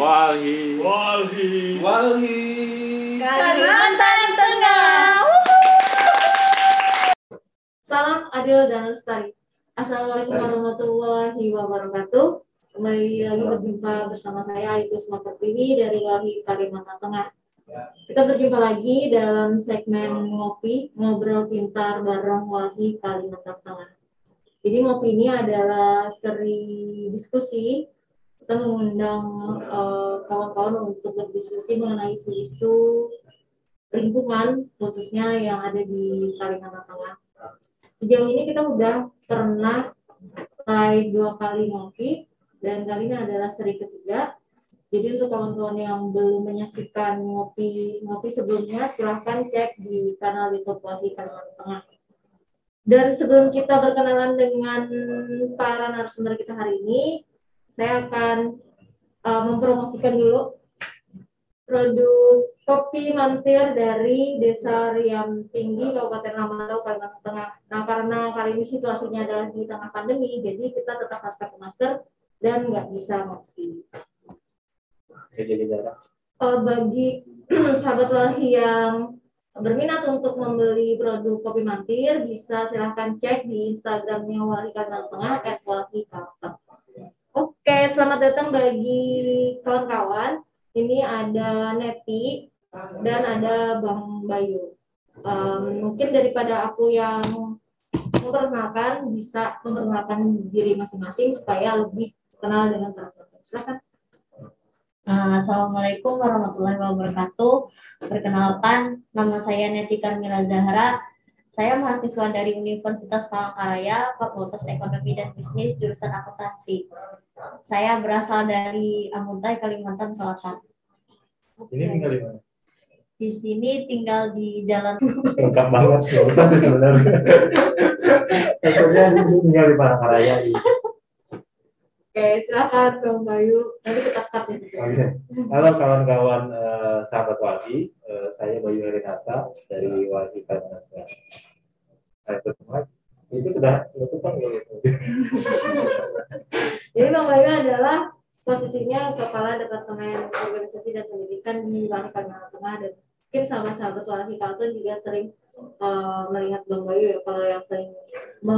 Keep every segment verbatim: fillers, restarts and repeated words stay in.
Walhi. Walhi. Walhi. Kalimantan Tengah. Salam adil dan lestari. Assalamualaikum warahmatullahi wabarakatuh. Kembali lagi berjumpa bersama saya Ayu Kusma Pertiwi dari Walhi Kalimantan Tengah. Kita berjumpa lagi dalam segmen ngopi, ngobrol pintar bareng Walhi Kalimantan Tengah. Jadi ngopi ini adalah seri diskusi. Kita mengundang uh, kawan-kawan untuk berdiskusi mengenai isu-isu lingkungan khususnya yang ada di Kalimantan Tengah. Sejauh ini kita udah pernah mulai dua kali ngopi dan kali ini adalah seri ketiga. Jadi untuk kawan-kawan yang belum menyaksikan ngopi ngopi sebelumnya, silahkan cek di kanal YouTube Walhi Kalimantan Tengah. Dan sebelum kita berkenalan dengan para narasumber kita hari ini, saya akan uh, mempromosikan dulu produk kopi mantir dari Desa Riam Tinggi, Kabupaten Lampau, Kalimantan Tengah. Nah, karena kali ini situasinya adalah di tengah pandemi, jadi kita tetap harus pakai masker dan nggak bisa ngopi. Uh, bagi sahabat Walhi yang berminat untuk membeli produk kopi mantir, bisa silahkan cek di Instagramnya Walhi Kalimantan Tengah at walhi kalteng. Oke, selamat datang bagi kawan-kawan. Ini ada Neti dan ada Bang Bayu. Um, mungkin daripada aku yang memperkenalkan, bisa memperkenalkan diri masing-masing supaya lebih kenal dengan kawan-kawan. Silakan. Uh, Assalamualaikum warahmatullahi wabarakatuh. Perkenalkan, nama saya Neti Karmila Zahra. Saya mahasiswa dari Universitas Palangkaraya, Fakultas Ekonomi dan Bisnis, jurusan akuntansi. Saya berasal dari Amuntai, Kalimantan Selatan. Ini tinggal di mana? Di sini tinggal di Jalan. Lengkap banget, nggak usah sih sebenarnya. Maksudnya tinggal di Palangkaraya. Oke, silakan Bang Bayu. Nanti kita cut ya. Oke. Halo kawan-kawan uh, sahabat Walhi, uh, saya Bayu Herinata dari Walhi Kalimantan Tengah. Itu sudah itu kan Jadi Bang Bayu adalah posisinya Kepala Departemen Organisasi dan Pendidikan di Walhi Kalimantan Tengah, dan mungkin sahabat-sahabat Walhi Kalteng juga sering uh, melihat Bang Bayu ya, kalau yang sering me,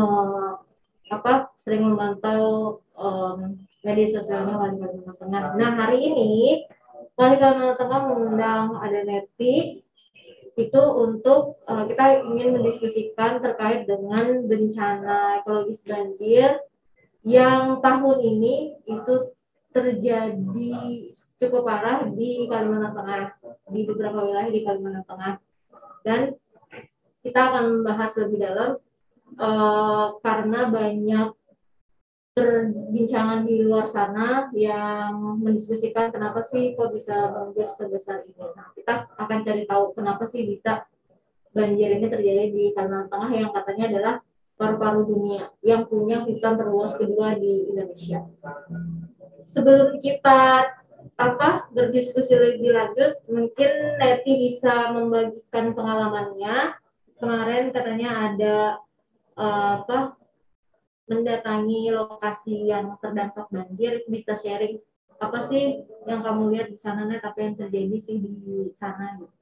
apa sering memantau um, media sosialnya Walhi Kalimantan Tengah. Nah, hari ini Walhi Kalimantan Tengah mengundang ada Neti itu untuk uh, kita ingin mendiskusikan terkait dengan bencana ekologis banjir yang tahun ini itu terjadi cukup parah di Kalimantan Tengah, di beberapa wilayah di Kalimantan Tengah. Dan kita akan membahas lebih dalam uh, karena banyak perbincangan di luar sana yang mendiskusikan kenapa sih kok bisa banjir sebesar ini. Nah, kita akan cari tahu kenapa sih bisa banjir ini terjadi di Kalimantan Tengah yang katanya adalah paru-paru dunia yang punya hutan terluas kedua di Indonesia. Sebelum kita apa berdiskusi lebih lanjut, mungkin Neti bisa membagikan pengalamannya. Kemarin katanya ada uh, apa mendatangi lokasi yang terdampak banjir. Bisa sharing apa sih yang kamu lihat di sana, Net, apa yang terjadi sih di sana gitu.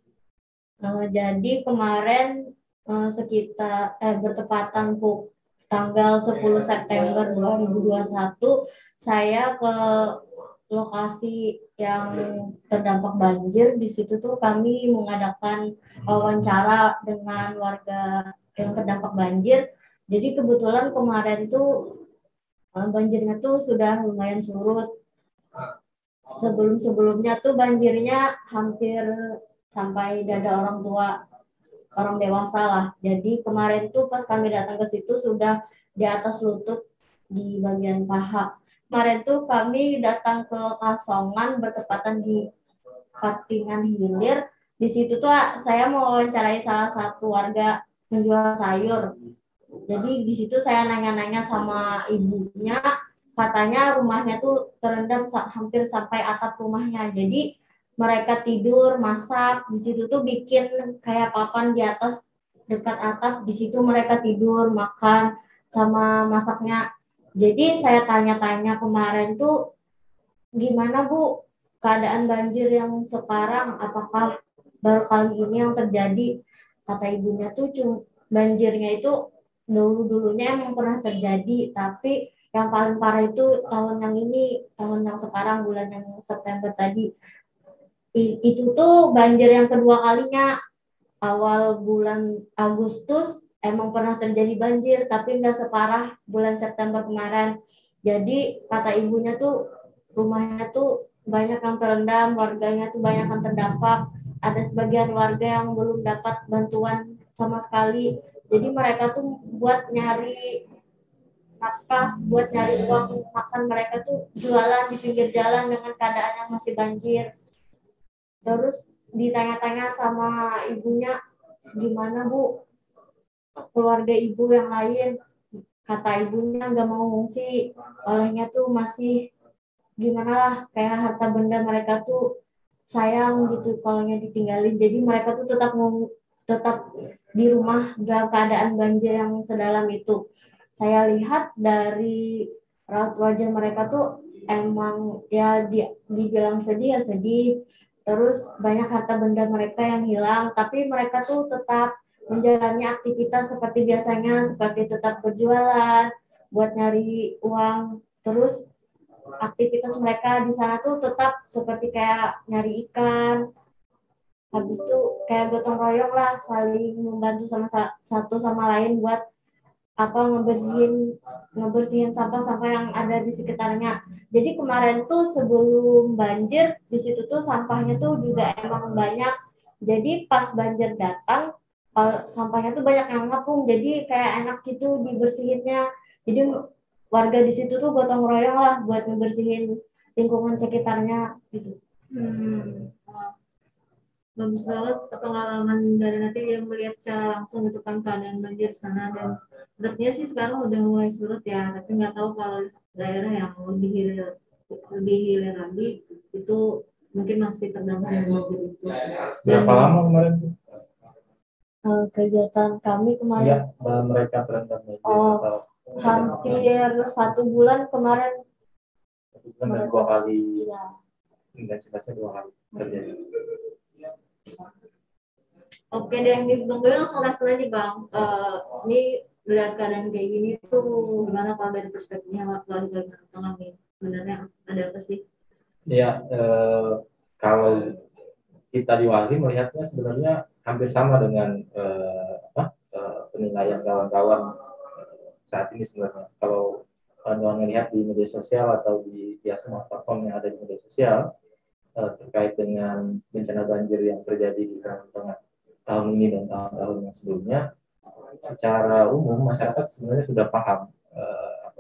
Uh, jadi kemarin uh, sekitar eh, bertepatan puk, tanggal sepuluh September dua ribu dua puluh satu saya ke lokasi yang terdampak banjir. Di situ tuh kami mengadakan wawancara dengan warga yang terdampak banjir. Jadi kebetulan kemarin tuh uh, banjirnya tuh sudah lumayan surut. Sebelum-sebelumnya tuh banjirnya hampir sampai dada orang tua, orang dewasa lah. Jadi kemarin tuh pas kami datang ke situ sudah di atas lutut di bagian paha. Kemarin tuh kami datang ke Kasongan bertepatan di Patingan Hilir. Di situ tuh saya mau wawancarai salah satu warga menjual sayur. Jadi di situ saya nanya-nanya sama ibunya, katanya rumahnya tuh terendam hampir sampai atap rumahnya. Jadi mereka tidur, masak, di situ tuh bikin kayak papan di atas dekat atap, di situ mereka tidur, makan, sama masaknya. Jadi saya tanya-tanya kemarin tuh, gimana Bu, keadaan banjir yang sekarang apakah baru kali ini yang terjadi. Kata ibunya tuh cuma banjirnya itu dulu-dulunya emang pernah terjadi, tapi yang paling parah itu tahun yang ini, tahun yang sekarang, bulan yang September tadi. I- itu tuh banjir yang kedua kalinya. Awal bulan Agustus emang pernah terjadi banjir, tapi nggak separah bulan September kemarin. Jadi kata ibunya tuh rumahnya tuh banyak yang terendam, warganya tuh banyak yang terdampak. Ada sebagian warga yang belum dapat bantuan sama sekali. Jadi mereka tuh buat nyari nafkah, buat nyari uang makan, mereka tuh jualan di pinggir jalan dengan keadaan yang masih banjir. Terus ditanya-tanya sama ibunya, gimana Bu keluarga ibu yang lain? Kata ibunya nggak mau ngungsi, olehnya tuh masih gimana lah, kayak harta benda mereka tuh sayang gitu kalau ditinggalin. Jadi mereka tuh tetap ngung- tetap di rumah dalam keadaan banjir yang sedalam itu. Saya lihat dari raut wajah mereka tuh emang ya di, dibilang sedih ya sedih. Terus banyak harta benda mereka yang hilang, tapi mereka tuh tetap menjalani aktivitas seperti biasanya, seperti tetap berjualan buat nyari uang. Terus aktivitas mereka di sana tuh tetap seperti kayak nyari ikan, habis itu kayak gotong royong lah, saling membantu sama satu sama lain buat apa ngebersihin ngebersihin sampah-sampah yang ada di sekitarnya. Jadi kemarin tuh sebelum banjir di situ tuh sampahnya tuh juga emang banyak. Jadi pas banjir datang sampahnya tuh banyak yang ngepung. Jadi kayak enak gitu dibersihinnya. Jadi warga di situ tuh gotong royong lah buat ngebersihin lingkungan sekitarnya gitu. Hmm. Bagus banget pengalaman dari nanti yang melihat secara langsung gitu kan keadaan banjir di sana, dan sepertinya sih sekarang udah mulai surut ya, tapi nggak tahu kalau daerah yang lebih hilir lebih hilir lagi itu mungkin masih terdampak dengan banjir itu. Berapa lama kemarin tuh? Eh, kegiatan kami kemarin Iya, eh, mereka terendam banjir oh atau hampir satu bulan kemarin. satu bulan dan dua kali Iya. intensitasnya dua kali terjadi. Oke deh, nih Bang Boy langsung respon aja Bang. Eh, ini melihat keadaan kayak gini tuh gimana kalau dari perspektifnya warga Kalimantan Tengah nih? Sebenarnya ada apa sih? Ya, eh, kalau kita di Wali melihatnya sebenarnya hampir sama dengan eh, apa, eh, penilaian kawan-kawan eh, saat ini sebenarnya. Kalau kawan-kawan melihat di media sosial atau di ya, semua platform yang ada di media sosial eh, terkait dengan bencana banjir yang terjadi di Kalimantan Tengah tahun ini dan tahun-tahun yang sebelumnya, secara umum masyarakat sebenarnya sudah paham eh, apa,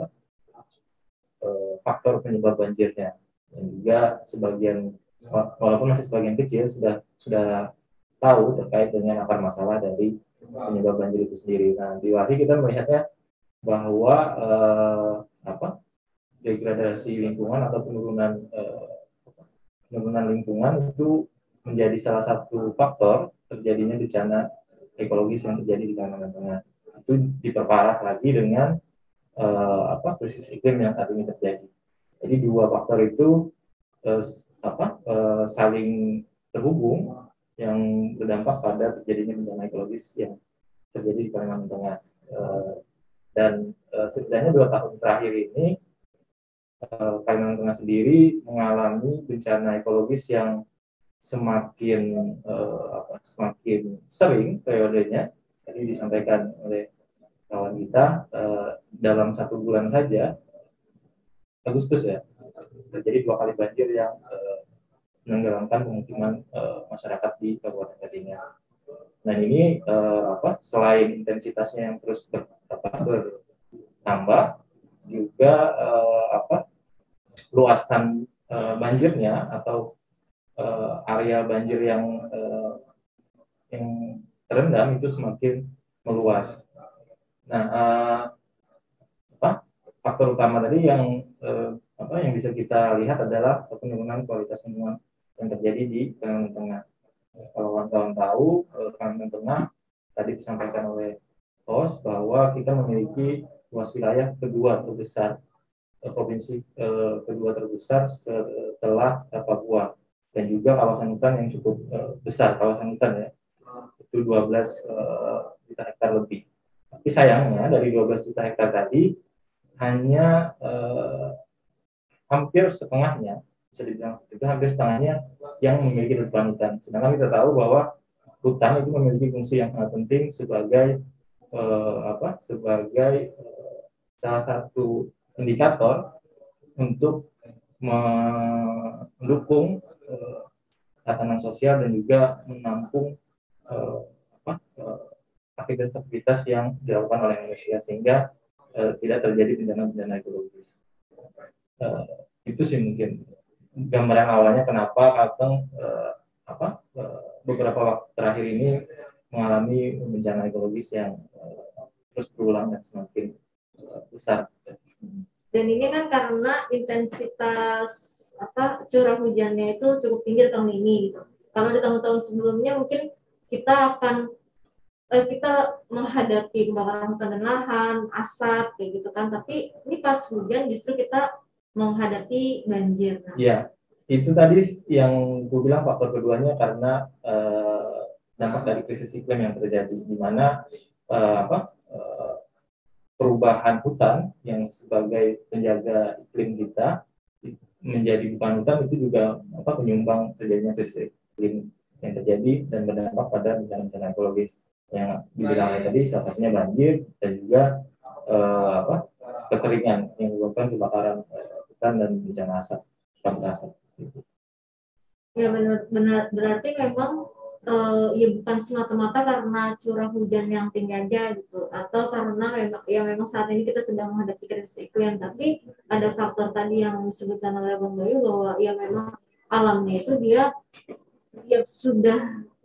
eh, faktor penyebab banjirnya, dan juga sebagian walaupun masih sebagian kecil sudah sudah tahu terkait dengan akar masalah dari penyebab banjir itu sendiri. Nah, di Wadi kita melihatnya bahwa eh, apa degradasi lingkungan atau penurunan eh, penurunan lingkungan itu menjadi salah satu faktor terjadinya bencana ekologis yang terjadi di Kalimantan Tengah. Itu diperparah lagi dengan eh, apa krisis iklim yang saat ini terjadi. Jadi dua faktor itu eh, apa eh, saling terhubung yang berdampak pada terjadinya bencana ekologis yang terjadi di Kalimantan Tengah. Eh, dan eh, setidaknya dua tahun terakhir ini eh, Kalimantan Tengah sendiri mengalami bencana ekologis yang semakin eh, apa, semakin sering periodenya. Tadi disampaikan oleh kawan kita eh, dalam satu bulan saja Agustus ya terjadi dua kali banjir yang eh, menenggelamkan pemukiman eh, masyarakat di Kabupaten Katingan. Dan ini eh, apa selain intensitasnya yang terus ber, apa, bertambah, juga eh, apa luasan eh, banjirnya atau eh, area banjir yang eh, yang terendam itu semakin meluas. Nah, eh, apa faktor utama tadi yang eh, apa yang bisa kita lihat adalah penurunan kualitas lingkungan yang terjadi di Kalimantan Tengah. Kalau kawan-kawan tahu, eh, Kalimantan Tengah tadi disampaikan oleh host bahwa kita memiliki luas wilayah kedua terbesar provinsi eh, kedua terbesar setelah Papua, dan juga kawasan hutan yang cukup eh, besar, kawasan hutan ya, itu dua belas eh, juta hektar lebih. Tapi sayangnya dari dua belas juta hektar tadi hanya eh, hampir setengahnya, bisa dibilang itu hampir setengahnya yang memiliki hutan hutan. Sedangkan kita tahu bahwa hutan itu memiliki fungsi yang sangat penting sebagai eh, apa? Sebagai eh, salah satu indikator untuk mendukung eh, tatanan sosial dan juga menampung eh, apa, eh, aktivitas-aktivitas yang dilakukan oleh manusia sehingga eh, tidak terjadi bencana-bencana ekologis. Eh, itu sih mungkin gambaran awalnya kenapa Kalteng eh, apa eh, beberapa waktu terakhir ini mengalami bencana ekologis yang eh, terus berulang dan semakin eh, besar. Dan ini kan karena intensitas apa curah hujannya itu cukup tinggi tahun ini gitu. Kalau di tahun-tahun sebelumnya mungkin kita akan eh, kita menghadapi kebakaran hutan dan lahan, asap kayak gitu kan. Tapi ini pas hujan justru kita menghadapi banjir. Iya, itu tadi yang gue bilang faktor keduanya karena eh, dampak dari krisis iklim yang terjadi, di mana eh, apa eh, perubahan hutan yang sebagai penjaga iklim kita menjadi bukan hutan itu juga apa penyumbang terjadinya krisis iklim yang terjadi dan berdampak pada bencana-bencana ekologis yang dibilang tadi, salah satunya banjir dan juga eh, apa kekeringan yang menyebabkan kebakaran eh, hutan dan bencana asap. Ya benar-benar berarti memang uh, ya bukan semata-mata karena curah hujan yang tinggi aja gitu, atau karena memang ya memang saat ini kita sedang menghadapi krisis iklim, tapi ada faktor tadi yang disebutkan oleh Bang Bayu bahwa ya memang alamnya itu dia ya sudah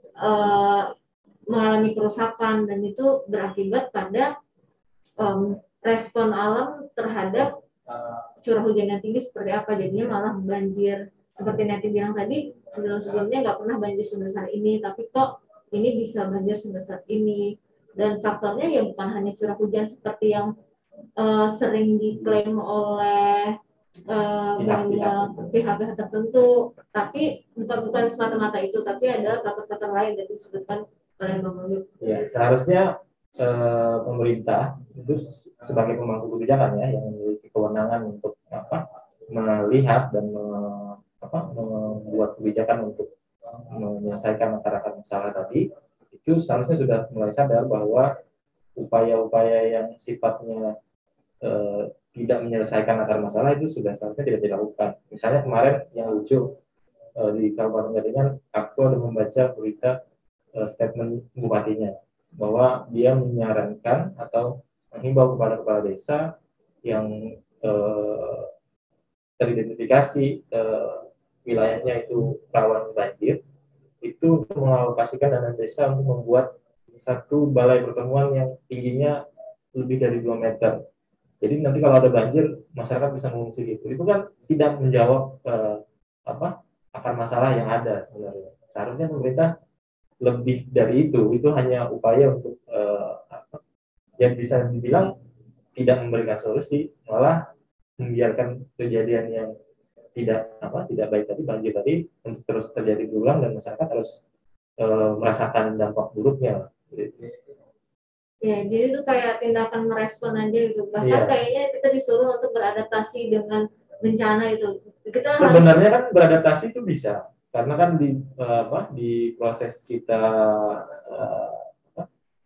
uh, mengalami kerusakan dan itu berakibat pada um, respon alam terhadap curah hujan yang tinggi seperti apa, jadinya malah banjir. Seperti Neti bilang tadi, sebelum-sebelumnya nggak pernah banjir sebesar ini, tapi kok ini bisa banjir sebesar ini. Dan faktornya ya bukan hanya curah hujan seperti yang uh, sering diklaim oleh uh, banyak pihak-pihak tertentu, tapi bukan bukan semata-mata itu, tapi ada faktor-faktor lain yang disebutkan oleh Bang Bayu. Ya, seharusnya eh, pemerintah itu sebagai pemangku kebijakan ya yang memiliki kewenangan untuk apa melihat dan me, apa, membuat kebijakan untuk menyelesaikan akar-akar masalah tadi, itu seharusnya sudah mulai sadar bahwa upaya-upaya yang sifatnya eh, tidak menyelesaikan akar masalah itu sudah seharusnya tidak dilakukan. Misalnya kemarin yang lucu eh, di Kabupaten Gadengan, aku ada membaca berita eh, statement bupatinya bahwa dia menyarankan atau menghimbau kepada kepala desa yang eh, teridentifikasi eh, wilayahnya itu rawan banjir, itu untuk mengalokasikan dana desa untuk membuat satu balai pertemuan yang tingginya lebih dari dua meter. Jadi nanti kalau ada banjir, masyarakat bisa mengungsi gitu. Itu kan tidak menjawab eh, apa akar masalah yang ada sebenarnya. Seharusnya pemerintah lebih dari itu. Itu hanya upaya untuk eh, apa, yang bisa dibilang tidak memberikan solusi, malah membiarkan kejadian yang tidak apa tidak baik tadi, banjir tadi, untuk terus terjadi berulang dan masyarakat harus eh, merasakan dampak buruknya. Gitu. Ya, jadi itu kayak tindakan merespon aja gitu. Bahkan Iya. kayaknya kita disuruh untuk beradaptasi dengan bencana itu. Kita Sebenarnya harus kan beradaptasi itu bisa, karena kan di eh, apa di proses kita eh, apa,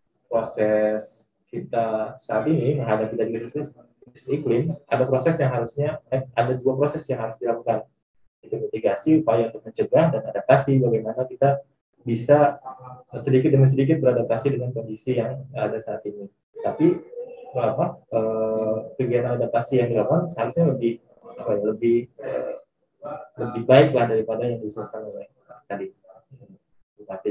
proses kita saat ini menghadapi dari krisis krisis iklim, ada proses yang harusnya eh, ada dua proses yang harus dilakukan, itu mitigasi, upaya untuk mencegah, dan adaptasi, bagaimana kita bisa sedikit demi sedikit beradaptasi dengan kondisi yang ada saat ini. Tapi apa eh, kegiatan adaptasi yang dilakukan seharusnya lebih apa ya, lebih eh, lebih baik lah daripada yang disebutkan oleh tadi bupati.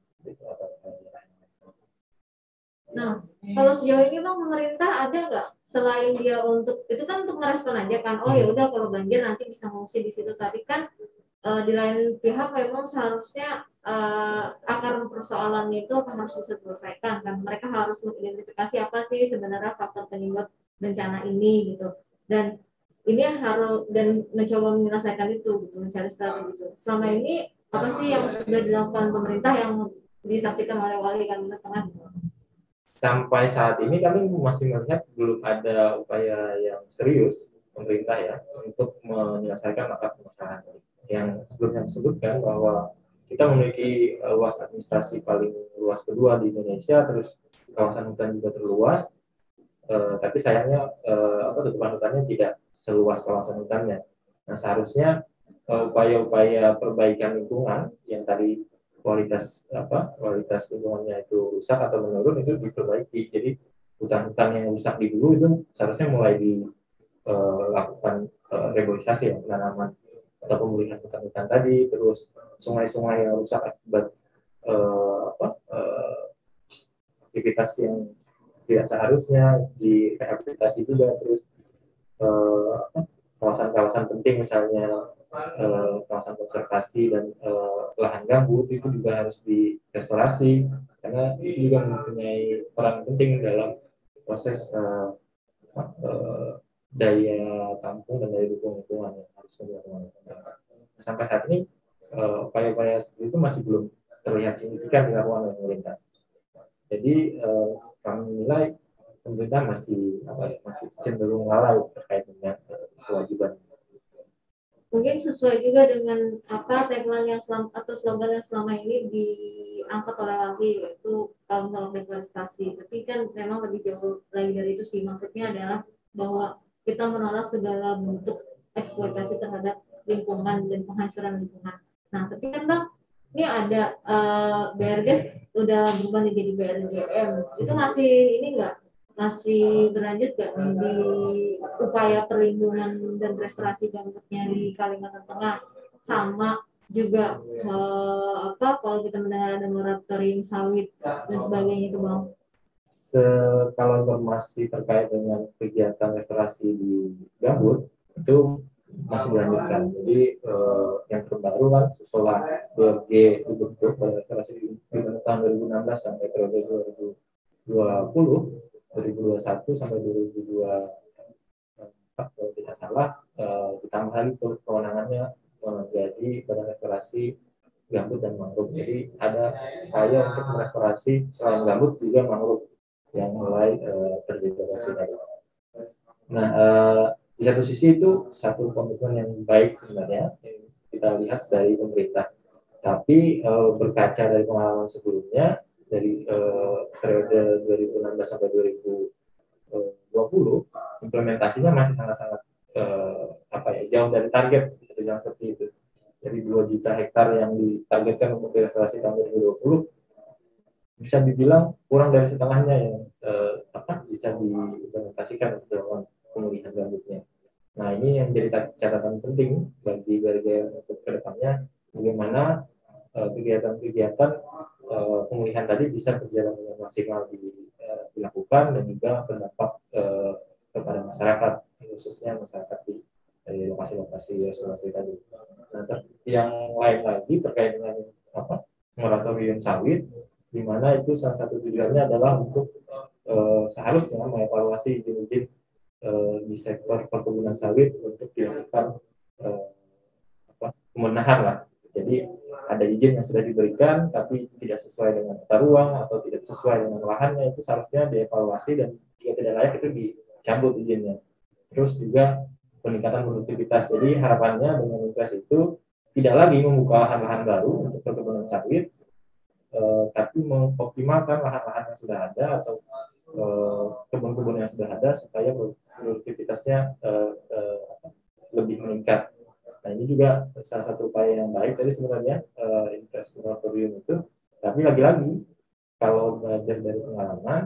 Nah, kalau sejauh ini Bang, pemerintah ada nggak selain dia untuk itu kan untuk merespon aja kan, oh ya udah kalau banjir nanti bisa ngungsi di situ, tapi kan uh, di lain pihak memang seharusnya uh, akar persoalannya itu harus bisa diselesaikan kan, mereka harus mengidentifikasi apa sih sebenarnya faktor penyebab bencana ini gitu, dan ini harus dan mencoba menyelesaikan itu, gitu, mencari strategi itu. Selama ini apa sih yang sudah dilakukan pemerintah yang disaksikan oleh Wali Kalimantan Tengah? Sampai saat ini kami masih melihat belum ada upaya yang serius pemerintah ya untuk menyelesaikan akar permasalahan yang sebelumnya disebutkan bahwa kita memiliki uh, luas administrasi paling luas kedua di Indonesia, terus kawasan hutan juga terluas, uh, tapi sayangnya uh, apa tutupan hutannya tidak seluas kawasan hutannya. Nah seharusnya uh, upaya-upaya perbaikan lingkungan yang tadi kualitas apa kualitas lingkungannya itu rusak atau menurun itu diperbaiki. Jadi hutan-hutan yang rusak di dulu itu seharusnya mulai dilakukan uh, reboisasi ya, penanaman atau pemulihan hutan-hutan tadi, terus sungai-sungai yang rusak akibat uh, apa uh, aktivitas yang tidak seharusnya direhabilitasi juga, terus uh, kawasan-kawasan penting misalnya eh, kawasan konservasi dan eh, lahan gambut itu juga harus direstorasi karena itu juga mempunyai peran penting dalam proses eh, eh, daya tampung dan daya dukung lingkungan yang harus dilakukan. Sampai saat ini eh, upaya-upaya seperti itu masih belum terlihat signifikan dilakukan oleh pemerintah. Jadi eh, kami menilai pemerintah masih apa ya, masih cenderung lalai terkait dengan eh, kewajiban. Mungkin sesuai juga dengan apa tagline yang selama, atau slogan yang selama ini diangkat oleh Wali, yaitu kalau tolong deforestasi. Tapi kan memang lebih jauh lagi dari itu sih, maksudnya adalah bahwa kita menolak segala bentuk eksploitasi terhadap lingkungan dan penghancuran lingkungan. Nah tapi kan Bang, ini ada uh, B R G S udah berubah menjadi B R G M, itu masih ini enggak, masih berlanjut gak nih di upaya perlindungan dan restorasi gambutnya di Kalimantan Tengah, sama juga eh, apa kalau kita mendengar ada moratorium sawit dan sebagainya itu Bang? Se kalau informasi terkait dengan kegiatan restorasi di gambut itu masih dilanjutkan. Jadi eh, yang terbaru kan setelah B R G dibentuk pada restorasi di tahun dua ribu enam belas sampai periode dua ribu dua puluh, dua ribu dua puluh satu sampai dua ribu dua puluh empat kalau tidak salah, eh, ditambah lagi kewenangannya menjadi badan restorasi gambut dan mangrove. Jadi ada upaya untuk merestorasi selain gambut juga mangrove yang mulai uh, terdegradasi tadi. Nah, uh, di satu sisi itu satu komitmen yang baik sebenarnya yang kita lihat dari pemerintah. Tapi uh, berkaca dari pengalaman sebelumnya dari uh, periode dua ribu enam belas sampai dua ribu dua puluh, implementasinya masih sangat-sangat uh, apa ya jauh dari target, bisa dibilang seperti itu. Jadi dua juta hektar yang ditargetkan untuk restorasi tahun dua ribu dua puluh bisa dibilang kurang dari setengahnya yang eh, apa bisa diimplementasikan untuk dilakukan pemulihan gambutnya. Nah ini yang menjadi catatan penting bagi Garga untuk kedepannya, bagaimana eh, kegiatan-kegiatan eh, pemulihan tadi bisa berjalan dengan maksimal di, eh, dilakukan dan juga berdampak eh, kepada masyarakat, khususnya masyarakat di dari lokasi-lokasi restorasi tadi. Nah, yang lain lagi terkait dengan apa moratorium sawit, di mana itu salah satu tujuannya adalah untuk uh, seharusnya mengevaluasi izin-izin uh, di sektor perkebunan sawit untuk dilakukan uh, apa, pemenahan lah. Jadi ada izin yang sudah diberikan tapi tidak sesuai dengan tata ruang atau tidak sesuai dengan lahannya, itu seharusnya dievaluasi dan jika tidak layak itu dicabut izinnya. Terus juga peningkatan produktivitas. Jadi harapannya dengan impres itu tidak lagi membuka lahan-lahan baru untuk perkebunan sawit, eh, tapi mengoptimalkan lahan-lahan yang sudah ada atau eh, kebun-kebun yang sudah ada supaya produktivitasnya eh, eh, lebih meningkat. Nah ini juga salah satu upaya yang baik tadi sebenarnya eh, invest moratorium itu. Tapi lagi-lagi kalau belajar dari pengalaman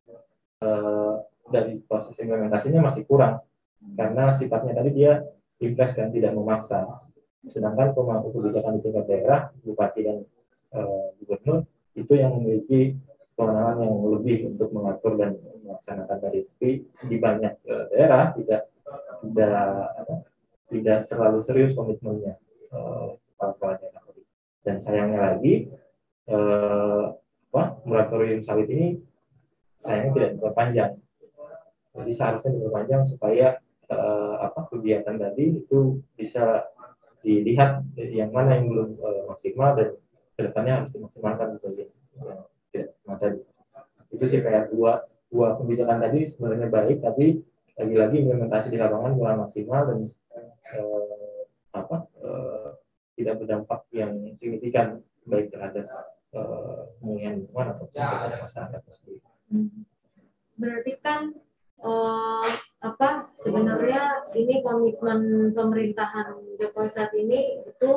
eh, dari proses implementasinya masih kurang karena sifatnya tadi dia invest dan tidak memaksa. Sedangkan pemangku kebijakan di tingkat daerah, bupati dan eh, gubernur itu yang memiliki kewenangan yang lebih untuk mengatur dan melaksanakan tadi. Tapi di banyak eh, daerah tidak tidak apa, tidak terlalu serius komitmennya eh, kepala daerah. Dan sayangnya lagi eh, apa, moratorium sawit ini sayangnya tidak diperpanjang. Jadi seharusnya diperpanjang supaya eh, apa kegiatan tadi itu bisa dilihat yang mana yang belum uh, maksimal dan kedepannya harus dimaksimalkan bagian yang tidak maksimal tadi. Itu sih kayak dua dua kebijakan tadi sebenarnya baik, tapi lagi-lagi implementasi di lapangan kurang maksimal dan uh, apa uh, tidak berdampak yang signifikan baik terhadap pemulihan uh, lingkungan atau terhadap masyarakat sendiri. Berarti kan uh, apa sebenarnya ini komitmen pemerintahan Jokowi saat ini itu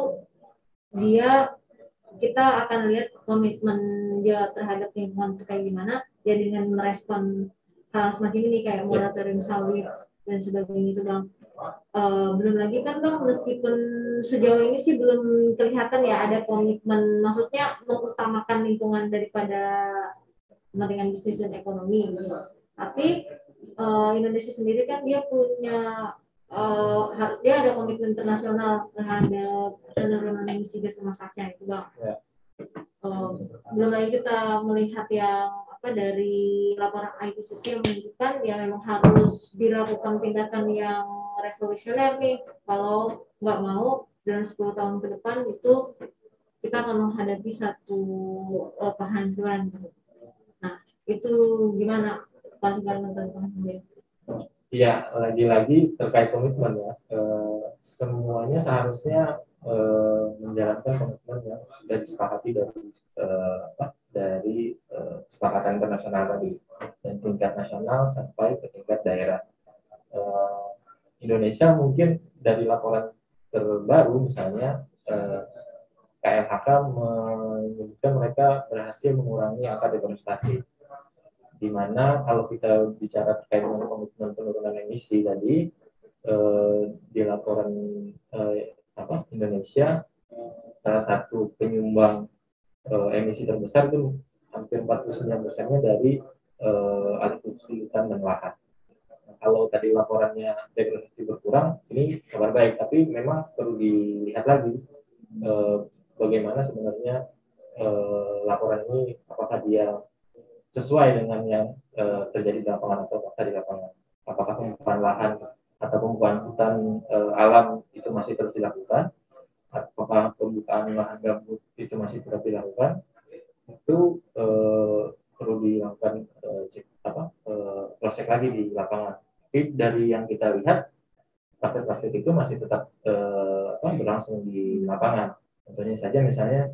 dia kita akan lihat komitmen dia terhadap lingkungan itu kayak gimana ya dengan merespon hal semacam ini kayak moratorium sawit dan sebagainya itu bang. Uh, belum lagi kan bang meskipun sejauh ini sih belum kelihatan ya ada komitmen maksudnya mengutamakan lingkungan daripada kepentingan bisnis dan ekonomi gitu. Tapi uh, Indonesia sendiri kan dia punya uh, dia ada komitmen internasional terhadap penurunan emisi gas rumah kaca itu bang. Ya. Uh, belum lagi kita melihat yang apa dari laporan I P C C yang menunjukkan ya memang harus dilakukan tindakan yang revolusioner nih kalau nggak mau dalam sepuluh tahun ke depan itu kita akan menghadapi satu uh, kehancuran gitu. Nah, itu gimana Pak Kalimantan sendiri? Iya, lagi-lagi terkait komitmen ya. E, semuanya seharusnya e, menjalankan komitmen yang sudah disepakati dari e, apa, dari e, kesepakatan internasional tadi dan tingkat nasional sampai ke tingkat daerah. E, Indonesia mungkin dari laporan terbaru misalnya e, K L H K menyebutkan mereka berhasil mengurangi angka deforestasi. Di mana kalau kita bicara terkait dengan komitmen penurunan emisi tadi eh, di laporan eh, apa Indonesia salah satu penyumbang eh, emisi terbesar itu hampir empat puluh sembilan persennya dari eh, alih fungsi hutan dan lahan. Nah, kalau tadi laporannya degradasi berkurang, ini kabar baik, tapi memang perlu dilihat lagi eh, bagaimana sebenarnya eh, laporan ini apakah dia sesuai dengan yang uh, terjadi di lapangan atau fakta di lapangan. Apakah pembukaan lahan atau pembukaan hutan uh, alam itu masih terus dilakukan? Apakah pembukaan lahan gambut itu masih terus dilakukan? Itu uh, perlu dilakukan uh, cek, apa, uh, cross-check lagi di lapangan. Tapi dari yang kita lihat, praktek-praktek itu masih tetap uh, apa, berlangsung di lapangan. Contohnya saja misalnya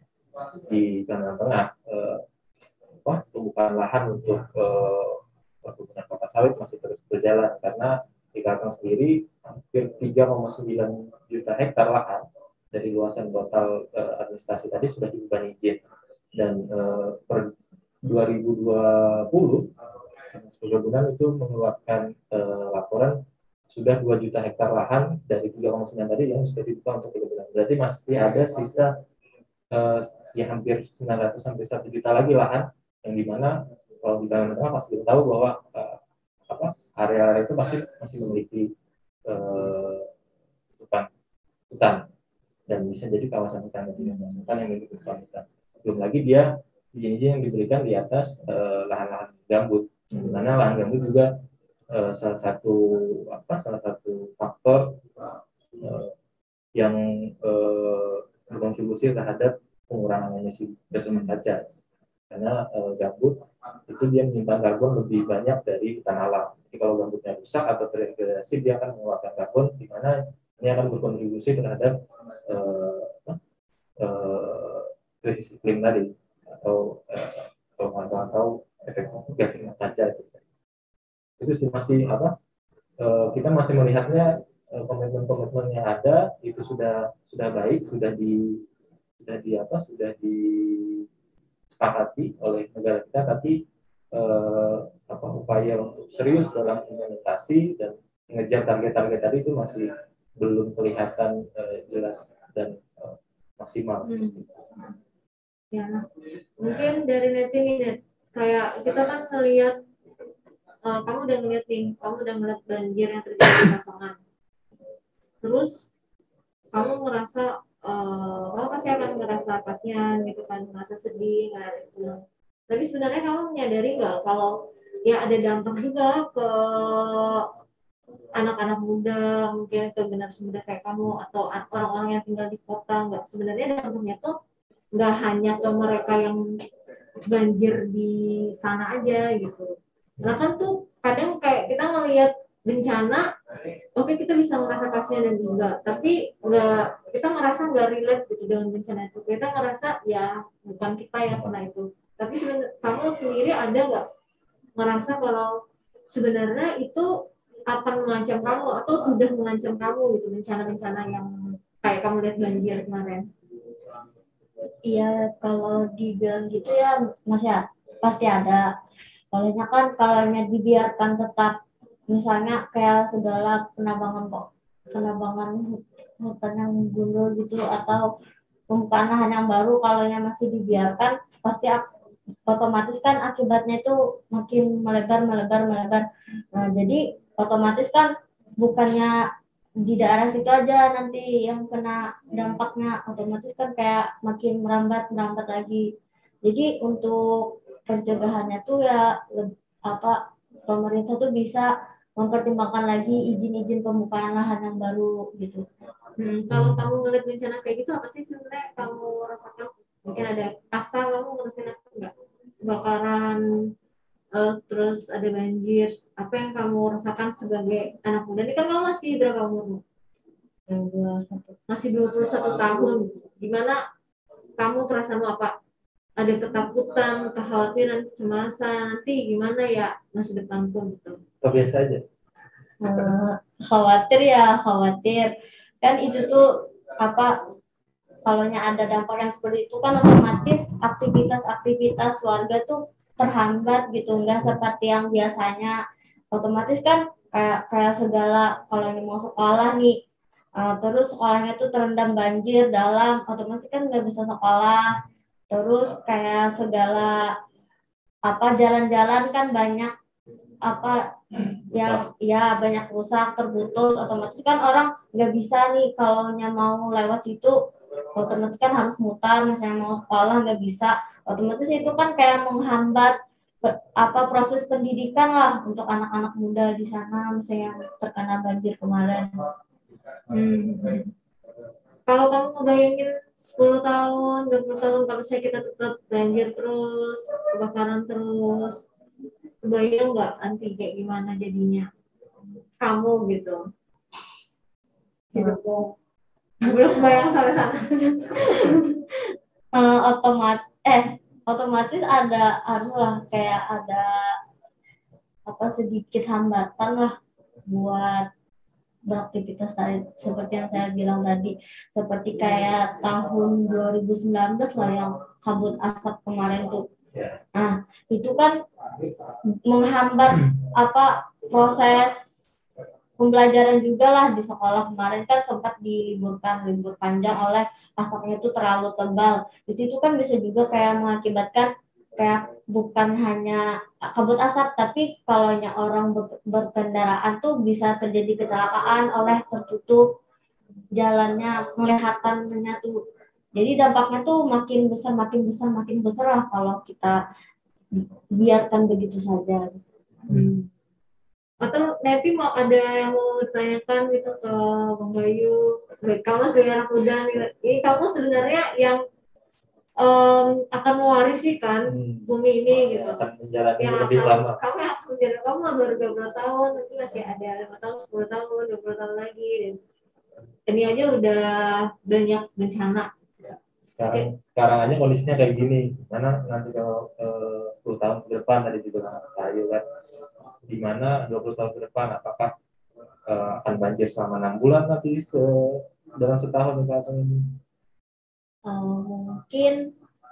di Kalimantan Tengah, uh, Wah, pembukaan lahan untuk perkebunan kelapa sawit masih terus berjalan karena di Kalteng sendiri hampir tiga koma sembilan juta hektar lahan dari luasan total uh, administrasi tadi sudah dibuka izin dan uh, per dua ribu dua puluh Dinas Perkebunan itu mengeluarkan uh, laporan sudah dua juta hektar lahan dari tiga koma sembilan tadi yang sudah dibuka untuk perkebunan. Berarti masih ada sisa uh, ya hampir sembilan ratus sampai satu juta lagi lahan yang dimana kalau di Kalimantan Tengah pasti kita tahu bahwa uh, apa area-area itu pasti masih memiliki uh, hutan hutan dan bisa jadi kawasan hutan dan tidak kawasan hutan yang memiliki hutan hutan. Belum lagi dia izin-izin yang diberikan di atas uh, lahan-lahan gambut, di mana lahan gambut juga uh, salah satu apa salah satu faktor uh, yang uh, berkontribusi terhadap pengurangan emisi gas rumah kaca. Karena e, gambut itu dia menyimpan karbon lebih banyak dari hutan alam. Jadi kalau gambutnya rusak atau terdegradasi dia akan mengeluarkan karbon, di mana ini akan berkontribusi terhadap e, e, krisis iklim tadi atau e, atau atau efek gas rumah kaca. Itu sih masih apa? E, kita masih melihatnya e, komitmen-komitmen yang ada itu sudah sudah baik, sudah di sudah di apa? Sudah di sepakati oleh negara kita, tapi eh, apa upaya untuk serius dalam implementasi dan mengejar target-target tadi itu masih belum kelihatan eh, jelas dan eh, maksimal. Hmm. Ya, mungkin dari net ini net kayak kita kan melihat uh, kamu udah ngeliat nih, kamu udah ngeliat banjir yang terjadi di Kasongan. Terus kamu ngerasa uh, kamu pasti akan ngerasa kasihan gitu kan, ngerasa sedih nggak itu. Tapi sebenarnya kamu menyadari nggak kalau ya ada dampak juga ke anak-anak muda mungkin ke generasi muda kayak kamu atau orang-orang yang tinggal di kota nggak sebenarnya dampaknya tuh nggak hanya ke mereka yang banjir di sana aja gitu. Nah kan tuh kadang kayak kita ngelihat bencana, oke okay, kita bisa merasa kasihan dan juga, tapi nggak kita ngerasa nggak relate gitu dengan bencana itu. Kita ngerasa ya bukan kita yang kena itu. Tapi sebenarnya kamu sendiri ada nggak merasa kalau sebenarnya itu akan mengancam kamu atau sudah mengancam kamu gitu bencana-bencana yang kayak kamu lihat banjir kemarin? Iya, kalau dibilang gitu ya masih ya, pasti ada. Soalnya kan kalau dibiarkan tetap misalnya kayak segala penambangan kok penambangan hutan yang gundul gitu atau pembukaan lahan yang baru kalau masih dibiarkan pasti otomatis kan akibatnya itu makin melebar melebar melebar. Nah, jadi otomatis kan bukannya di daerah situ aja nanti yang kena dampaknya, otomatis kan kayak makin merambat merambat lagi. Jadi untuk pencegahannya tuh ya apa pemerintah tuh bisa mempertimbangkan lagi izin-izin pembukaan lahan yang baru gitu. Hmm, kalau kamu ngeliat bencana kayak gitu apa sih sebenarnya kamu rasakan? Mungkin ada asa, kamu ngerasain asa nggak? Kebakaran, uh, terus ada banjir. Apa yang kamu rasakan sebagai anak muda? Ini kan kamu masih berapa umur? Masih dua puluh satu tahun. Gimana kamu perasaanmu apa? Ada ketakutan, kekhawatiran, kecemasan, nanti gimana ya masa depanku gitu? Biasa aja. Uh, khawatir ya khawatir. Kan itu tuh apa? Kalau ada dampak yang seperti itu kan otomatis aktivitas-aktivitas warga tuh terhambat gitu, nggak seperti yang biasanya. Otomatis kan kayak kayak segala kalau yang mau sekolah nih, uh, terus sekolahnya tuh terendam banjir dalam, otomatis kan nggak bisa sekolah. Terus kayak segala apa jalan-jalan kan banyak apa yang ya banyak rusak terputus, otomatis kan orang nggak bisa nih kalau mau lewat situ otomatis kan harus mutar, misalnya mau sekolah nggak bisa, otomatis itu kan kayak menghambat apa proses pendidikan lah untuk anak-anak muda di sana misalnya yang terkena banjir kemarin. Hmm. Kalau kamu ngebayangin sepuluh tahun, dua puluh tahun kalau saya kita tetap banjir terus, kebakaran terus, kebayang nggak nanti kayak gimana jadinya kamu gitu? Hidupmu belum kebayang sampai sana. uh, otomat eh otomatis ada anu lah kayak ada apa sedikit hambatan lah buat beraktivitas tadi seperti yang saya bilang tadi, seperti kayak tahun dua ribu sembilan belas lah yang kabut asap kemarin tuh. Nah itu kan menghambat apa proses pembelajaran juga lah di sekolah. Kemarin kan sempat diliburkan libur panjang oleh asapnya itu terlalu tebal. Di situ kan bisa juga kayak mengakibatkan kayak bukan hanya kabut asap, tapi kalau orang ber- berkendaraan tuh bisa terjadi kecelakaan oleh tertutup jalannya, kelihatannya tuh. Jadi dampaknya tuh makin besar, makin besar, makin besar lah kalau kita biarkan begitu saja. Hmm. Atau nanti mau ada yang mau ditanyakan gitu ke Bang Bayu, sebagai kamu sebagai anak muda nih, ini kamu sebenarnya yang um, akan mewarisi kan hmm. bumi ini gitu. Akan menjalani ya, lebih akan, lama. Kamu yang akan menjalani, kamu baru dua puluh tahun, nanti masih ada lima tahun, sepuluh tahun, dua puluh tahun lagi. Dan ini aja udah banyak bencana. Sekarang, okay. sekarang aja kondisinya kayak gini, mana nanti kalau eh, sepuluh tahun ke depan tadi juga Ayu kan, di mana dua puluh tahun ke depan apakah eh, akan banjir selama enam bulan nanti se dalam setahun ini? Uh, mungkin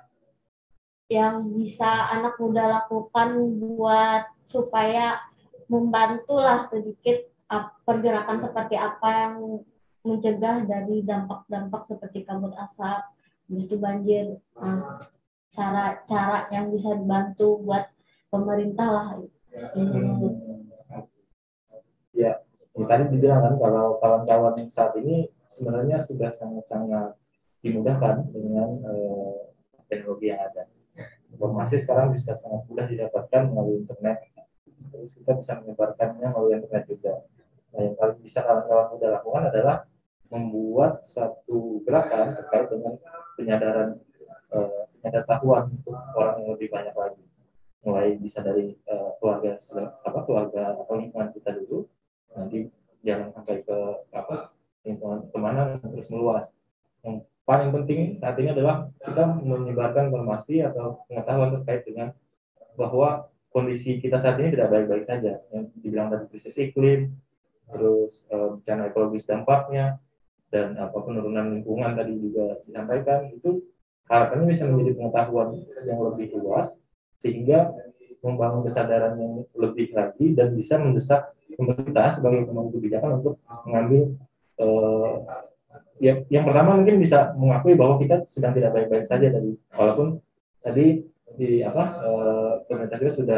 yang bisa anak muda lakukan buat supaya membantulah sedikit pergerakan seperti apa yang mencegah dari dampak-dampak seperti kabut asap, habis itu banjir. Nah, cara-cara yang bisa dibantu buat pemerintah lah. Hmm. Ya, ya, tadi dibilang kan kalau kawan-kawan yang saat ini sebenarnya sudah sangat-sangat dimudahkan dengan eh, teknologi yang ada. Informasi sekarang bisa sangat mudah didapatkan melalui internet. Terus kita bisa menyebarkannya melalui internet juga. Nah, yang paling bisa kawan-kawan muda lakukan adalah membuat satu gerakan terkait dengan penyadaran eh, penyadaran untuk orang yang lebih banyak lagi. Mulai bisa dari uh, keluarga apa keluarga atau lingkungan kita dulu, nanti jangan sampai ke apa lingkungan kemana terus meluas. Yang paling penting saat ini adalah kita menyebarkan informasi atau pengetahuan terkait dengan bahwa kondisi kita saat ini tidak baik-baik saja. Yang dibilang tadi krisis iklim, terus uh, bencana ekologis dampaknya, dan apa penurunan lingkungan tadi juga disampaikan, itu harapannya bisa menjadi pengetahuan yang lebih luas sehingga membangun kesadaran yang lebih lagi dan bisa mendesak pemerintah sebagai pemangku kebijakan untuk mengambil eh, yang, yang pertama mungkin bisa mengakui bahwa kita sedang tidak baik-baik saja tadi, walaupun tadi di apa eh, pemerintah kita sudah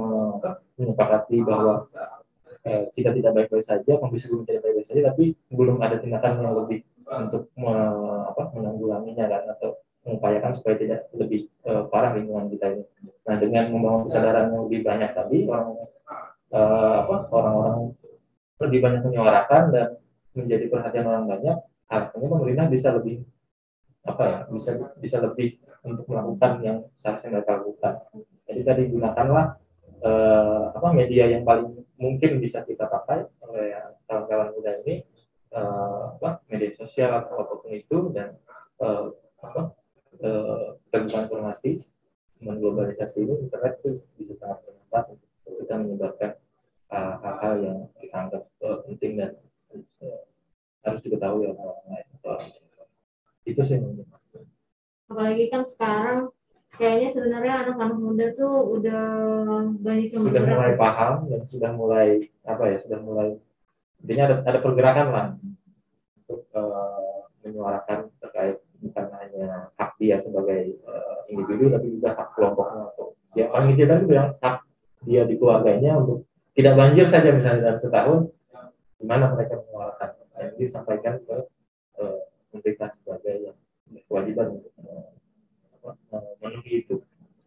menyepakati bahwa eh, kita tidak baik-baik saja, kondisi belum tidak baik-baik saja, tapi belum ada tindakan yang lebih untuk me, apa, menanggulanginya kan, atau mengupayakan supaya tidak lebih uh, parah lingkungan kita ini. Nah, dengan membangun kesadaran yang lebih banyak tadi, orang uh, apa, orang-orang lebih banyak menyuarakan dan menjadi perhatian orang banyak, artinya pemerintah bisa lebih apa ya, bisa bisa lebih untuk melakukan yang seharusnya mereka lakukan. Jadi tadi gunakanlah uh, apa media yang paling mungkin bisa kita pakai oleh kawan-kawan muda ini, uh, apa, media sosial atau apapun itu, dan uh, apa uh, terbuka informasi. Dengan globalisasi ini, internet itu bisa sangat bermanfaat untuk kita menyebarkan uh, hal-hal yang kita anggap uh, penting dan uh, harus diketahui oleh orang lain. Uh, itu sih mungkin. Apalagi kan sekarang kayaknya sebenarnya anak-anak muda tuh udah banyak yang sudah bergerak. mulai paham dan sudah mulai apa ya sudah mulai intinya ada, ada pergerakan lah untuk uh, menyuarakan terkait bukan hanya hak dia sebagai uh, individu tapi juga hak kelompoknya, atau ya paling kita tadi bilang hak dia di keluarganya untuk tidak banjir saja misalnya dalam setahun, gimana mereka menyuarakan yang disampaikan ke uh, pemerintah sebagai yang kewajiban untuk memenuhi itu.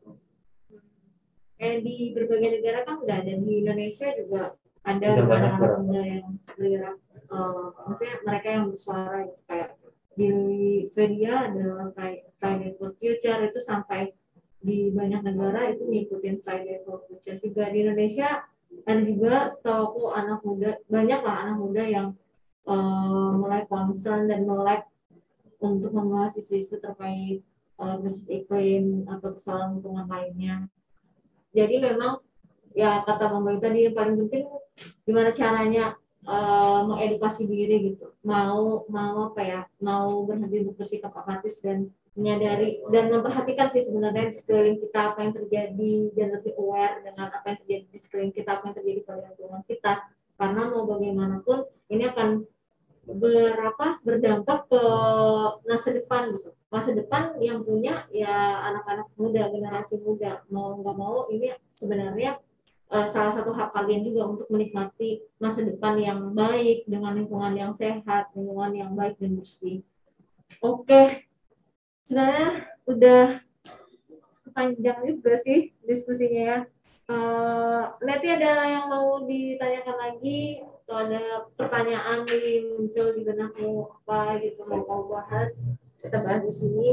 Eh di berbagai negara kan udah ada, di Indonesia juga ada anak-anak muda yang bergerak, uh, maksudnya mereka yang bersuara gitu. Kayak di Swedia ada Friday for Future, itu sampai di banyak negara itu ngikutin Friday for Future juga. Di Indonesia ada juga, setahu aku, anak muda, banyak lah anak muda yang uh, mulai concern dan melek untuk membahas isu-isu terkait uh, krisis iklim atau persoalan lingkungan lainnya. Jadi memang ya kata Bang Bayu tadi, yang paling penting gimana caranya uh, mengedukasi diri gitu, mau mau apa ya mau berhenti untuk bersikap apatis dan menyadari dan memperhatikan sih sebenarnya di sekeliling kita apa yang terjadi, dan lebih aware dengan apa yang terjadi di sekeliling kita, apa yang terjadi pada lingkungan kita, karena mau bagaimanapun ini akan berapa berdampak ke masa depan gitu. Masa depan yang punya ya anak-anak muda, generasi muda. Mau nggak mau ini sebenarnya uh, salah satu hak kalian juga untuk menikmati masa depan yang baik dengan lingkungan yang sehat, lingkungan yang baik dan bersih. Oke, sebenarnya udah panjang juga sih diskusinya ya. Uh, nanti ada yang mau ditanyakan lagi atau ada pertanyaan yang muncul di benakmu apa gitu mau kau bahas, kita bahas di sini.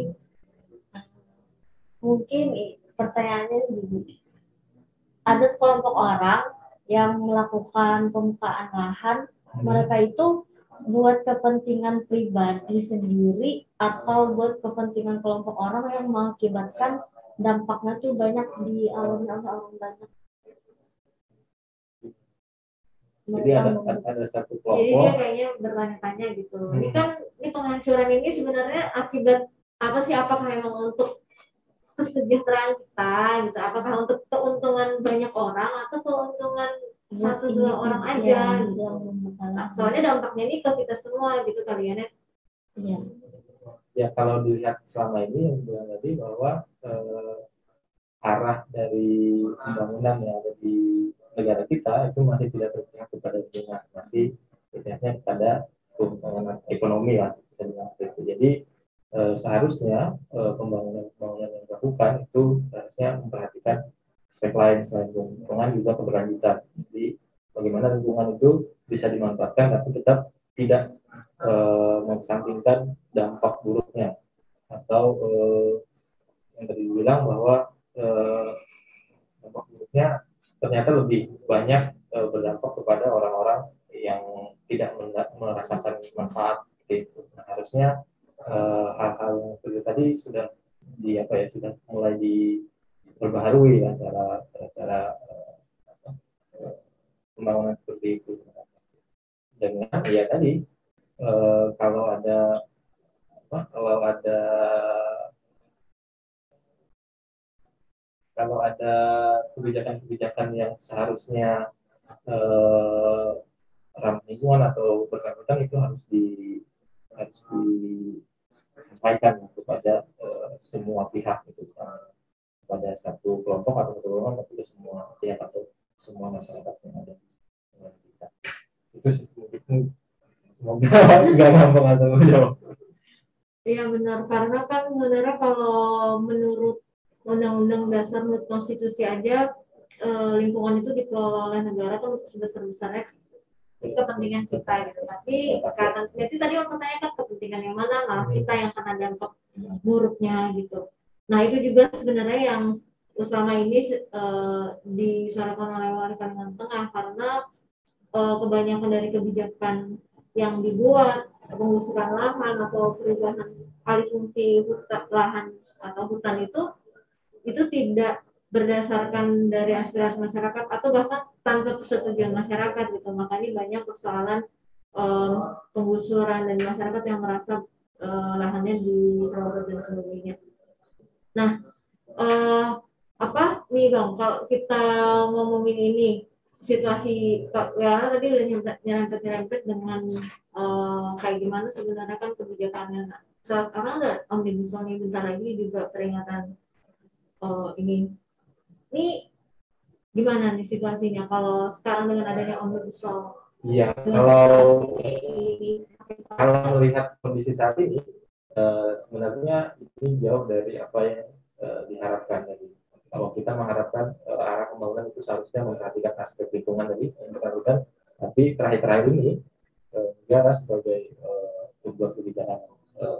Mungkin pertanyaannya begini, ada sekelompok orang yang melakukan pembukaan lahan, hmm. mereka itu buat kepentingan pribadi sendiri atau buat kepentingan kelompok orang yang mengakibatkan dampaknya tuh banyak di alam-alam banyak. Jadi ada, ada satu kelompok. Jadi dia kayaknya bertanya-tanya gitu. Hmm. Ini kan ini penghancuran ini sebenarnya akibat apa sih? Apakah memang untuk kesejahteraan kita gitu? Apakah untuk keuntungan banyak orang atau keuntungan ya, satu dua orang aja? Ya, gitu. Nah, soalnya dampaknya ini ke kita semua gitu kalian ya. Iya. Ya kalau dilihat selama ini yang bilang tadi bahwa eh, arah dari pembangunan yang ada di negara kita itu masih tidak berpihak kepada lingkungan, masih berpihaknya kepada pembangunan ekonomi lah bisa dibilang seperti itu. Jadi eh, seharusnya eh, pembangunan-pembangunan yang dilakukan itu seharusnya memperhatikan aspek lain selain lingkungan juga keberlanjutan. Jadi bagaimana lingkungan itu bisa dimanfaatkan, tapi tetap tidak uh, mengesampingkan dampak buruknya, atau uh, yang tadi bilang bahwa uh, dampak buruknya ternyata lebih banyak uh, berdampak kepada orang-orang yang tidak merasakan manfaat seperti itu. Nah, harusnya uh, hal-hal yang seperti tadi sudah di apa ya sudah mulai diperbaharui ya cara cara uh, pembangunan seperti itu. Dengan ya tadi uh, kalau ada apa, kalau ada kalau ada kebijakan-kebijakan yang seharusnya eh, ramah lingkungan atau berkaitan, itu harus di harus disampaikan kepada eh, semua pihak, itu eh, kepada satu kelompok atau golongan, tapi ke semua pihak atau semua masyarakat yang ada dengan kita. Itu sih mungkin, semoga nggak gampang atau jauh. Iya benar, karena kan sebenarnya kalau menurut Undang-Undang Dasar menurut Konstitusi aja eh, lingkungan itu dikelola oleh negara kan sebesar-besarnya kepentingan kita gitu. Tapi karena jadi tadi orang pertanyakan kepentingan yang mana, malah kita yang kena dampak buruknya gitu. Nah itu juga sebenarnya yang selama ini eh, disuarakan oleh warga Kalimantan Tengah, karena eh, kebanyakan dari kebijakan yang dibuat, penggusuran lahan atau perubahan alih fungsi hutan, lahan atau hutan itu itu tidak berdasarkan dari aspirasi masyarakat atau bahkan tanpa persetujuan masyarakat gitu. Makanya banyak persoalan um, penggusuran dan masyarakat yang merasa uh, lahannya diserobot dan sebagainya. Nah, uh, apa nih Bang, kalau kita ngomongin ini situasi karena tadi udah nyerempet-nyerempet dengan uh, kayak gimana sebenarnya kan kebijakannya. Nah, sekarang ada omnibus law ini bentar lagi juga peringatan uh, ini. Ini gimana nih situasinya kalau sekarang dengan adanya omnibus law? Iya, kalau kalau melihat kondisi saat ini, uh, sebenarnya ini jauh dari apa yang uh, diharapkan tadi. Kalau kita mengharapkan uh, arah pembangunan itu seharusnya memperhatikan aspek lingkungan tadi, yang diperhatikan, tapi terakhir-terakhir ini uh, negara sebagai uh, pembuat kebijakan uh,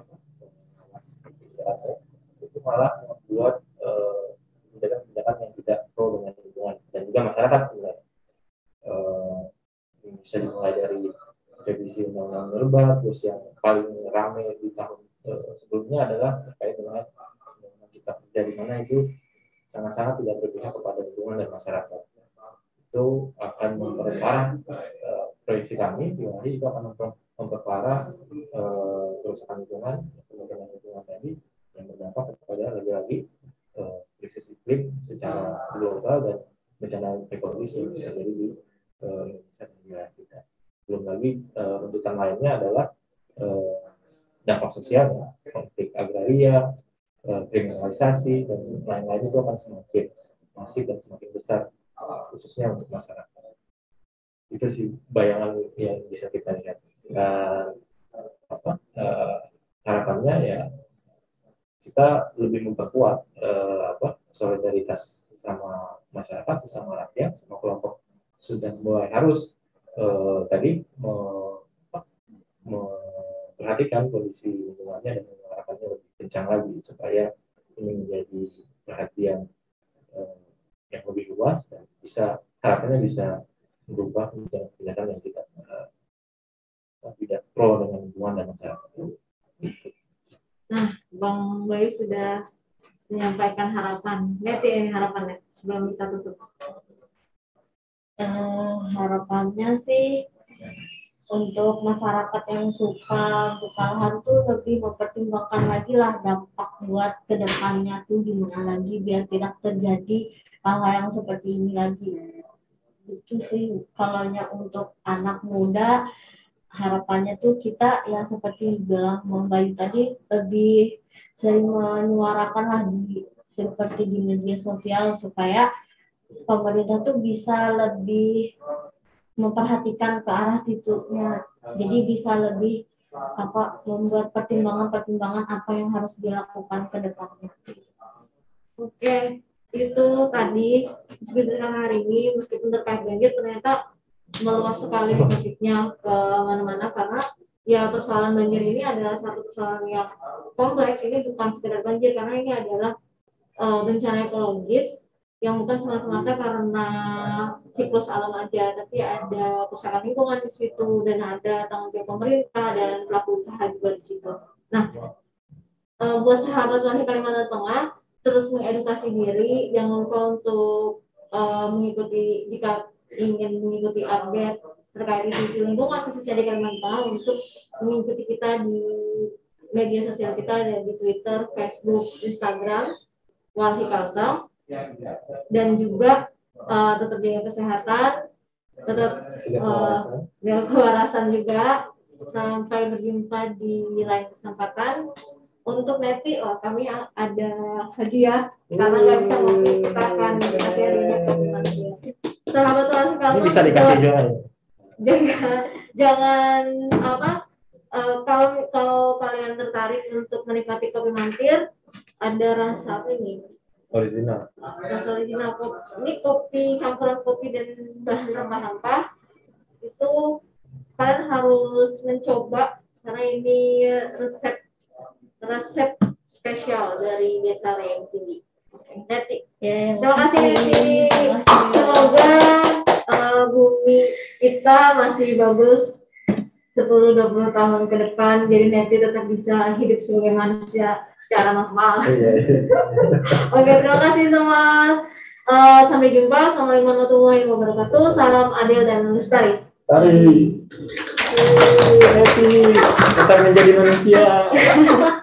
itu malah membuat uh, kebijakan-kebijakan yang tidak pro dengan lingkungan dan juga masyarakat sebenarnya. Uh, bisa dimulai dari revisi undang-undang minerba, terus yang paling ramai di tahun uh, sebelumnya adalah terkait dengan undang-undang cipta kerja, di mana itu sangat-sangat tidak berpihak kepada lingkungan dan masyarakat. Itu akan memperparah uh, proyeksi kami, di mana itu akan memperparah uh, kerusakan lingkungan, kemudian lingkungan tadi yang berdampak kepada lagi-lagi uh, krisis iklim secara global dan bencana ekologis yang terjadi di uh, Indonesia dan wilayah kita. Belum lagi uh, runtutan lainnya adalah uh, dampak sosialnya, konflik agraria, uh, kriminalisasi dan lain-lain, itu akan semakin masif dan semakin besar, khususnya untuk masyarakat. Itu sih bayangan yang bisa kita lihat. Dan apa uh, harapannya ya kita lebih memperkuat uh, apa solidaritas sesama masyarakat, sesama rakyat, sama kelompok sudah mulai harus uh, tadi me, memperhatikan kondisi lingkungannya dan mengarahkannya lebih kencang lagi supaya ini menjadi perhatian uh, yang lebih luas dan bisa harapannya bisa berubah menjadi kebijakan yang tidak uh, tidak pro dengan lingkungan dan masyarakat. Nah, Bang Bayu sudah menyampaikan harapan. Lihat ya ini harapannya sebelum kita tutup. Uh, harapannya sih untuk masyarakat yang suka untuk lahan tuh lebih mempertimbangkan lagi lah dampak buat kedepannya tuh gimana lagi biar tidak terjadi hal-hal yang seperti ini lagi. Itu sih kalau untuk anak muda harapannya tuh kita ya seperti bilang Bang Bayu tadi lebih sering menyuarakan lah di seperti di media sosial supaya pemerintah tuh bisa lebih memperhatikan ke arah situnya, jadi bisa lebih apa membuat pertimbangan-pertimbangan apa yang harus dilakukan ke depannya. Oke, itu tadi diskusi hari ini meskipun terkait banjir ternyata meluas sekali topiknya ke mana-mana karena ya persoalan banjir ini adalah satu persoalan yang kompleks. Ini bukan sekedar banjir karena ini adalah uh, bencana ekologis yang bukan semata-mata karena siklus alam aja, tapi ada kerusakan lingkungan di situ dan ada tanggung jawab pemerintah dan pelaku usaha juga di situ. Nah, uh, buat sahabat Wali Kalimantan Tengah terus mengedukasi diri, jangan lupa untuk uh, mengikuti jika ingin mengikuti update terkait isu lingkungan khususnya di Kalimantan untuk mengikuti kita di media sosial kita ada di Twitter, Facebook, Instagram, Walhi Kalteng, dan juga uh, tetap jaga kesehatan, tetap uh, jaga kewarasan juga. Sampai berjumpa di lain kesempatan. Untuk Neti, oh kami ada hadiah karena nggak bisa ngopi, kita akan kasih hadiahnya ke teman-teman. Sahabat Walhi Kalteng bisa dikasih juga. Jangan jangan apa? Uh, kalau kalau kalian tertarik untuk menikmati kopi Mampir, ada rasa apa ini? Original. Rasa original kopi. Ini kopi campuran kopi dan bahan rempah-rempah. Itu kalian harus mencoba karena ini resep resep spesial dari Desa Rayang Tinggi. Neti. Ya, Terima kasih Neti. Semoga uh, bumi kita masih bagus sepuluh dua puluh tahun ke depan, jadi Neti tetap bisa hidup sebagai manusia secara normal. Oke, terima kasih semua. Uh, sampai jumpa. Assalamualaikum warahmatullahi wabarakatuh. Salam adil dan lestari. Lestari. Neti, tetap menjadi manusia.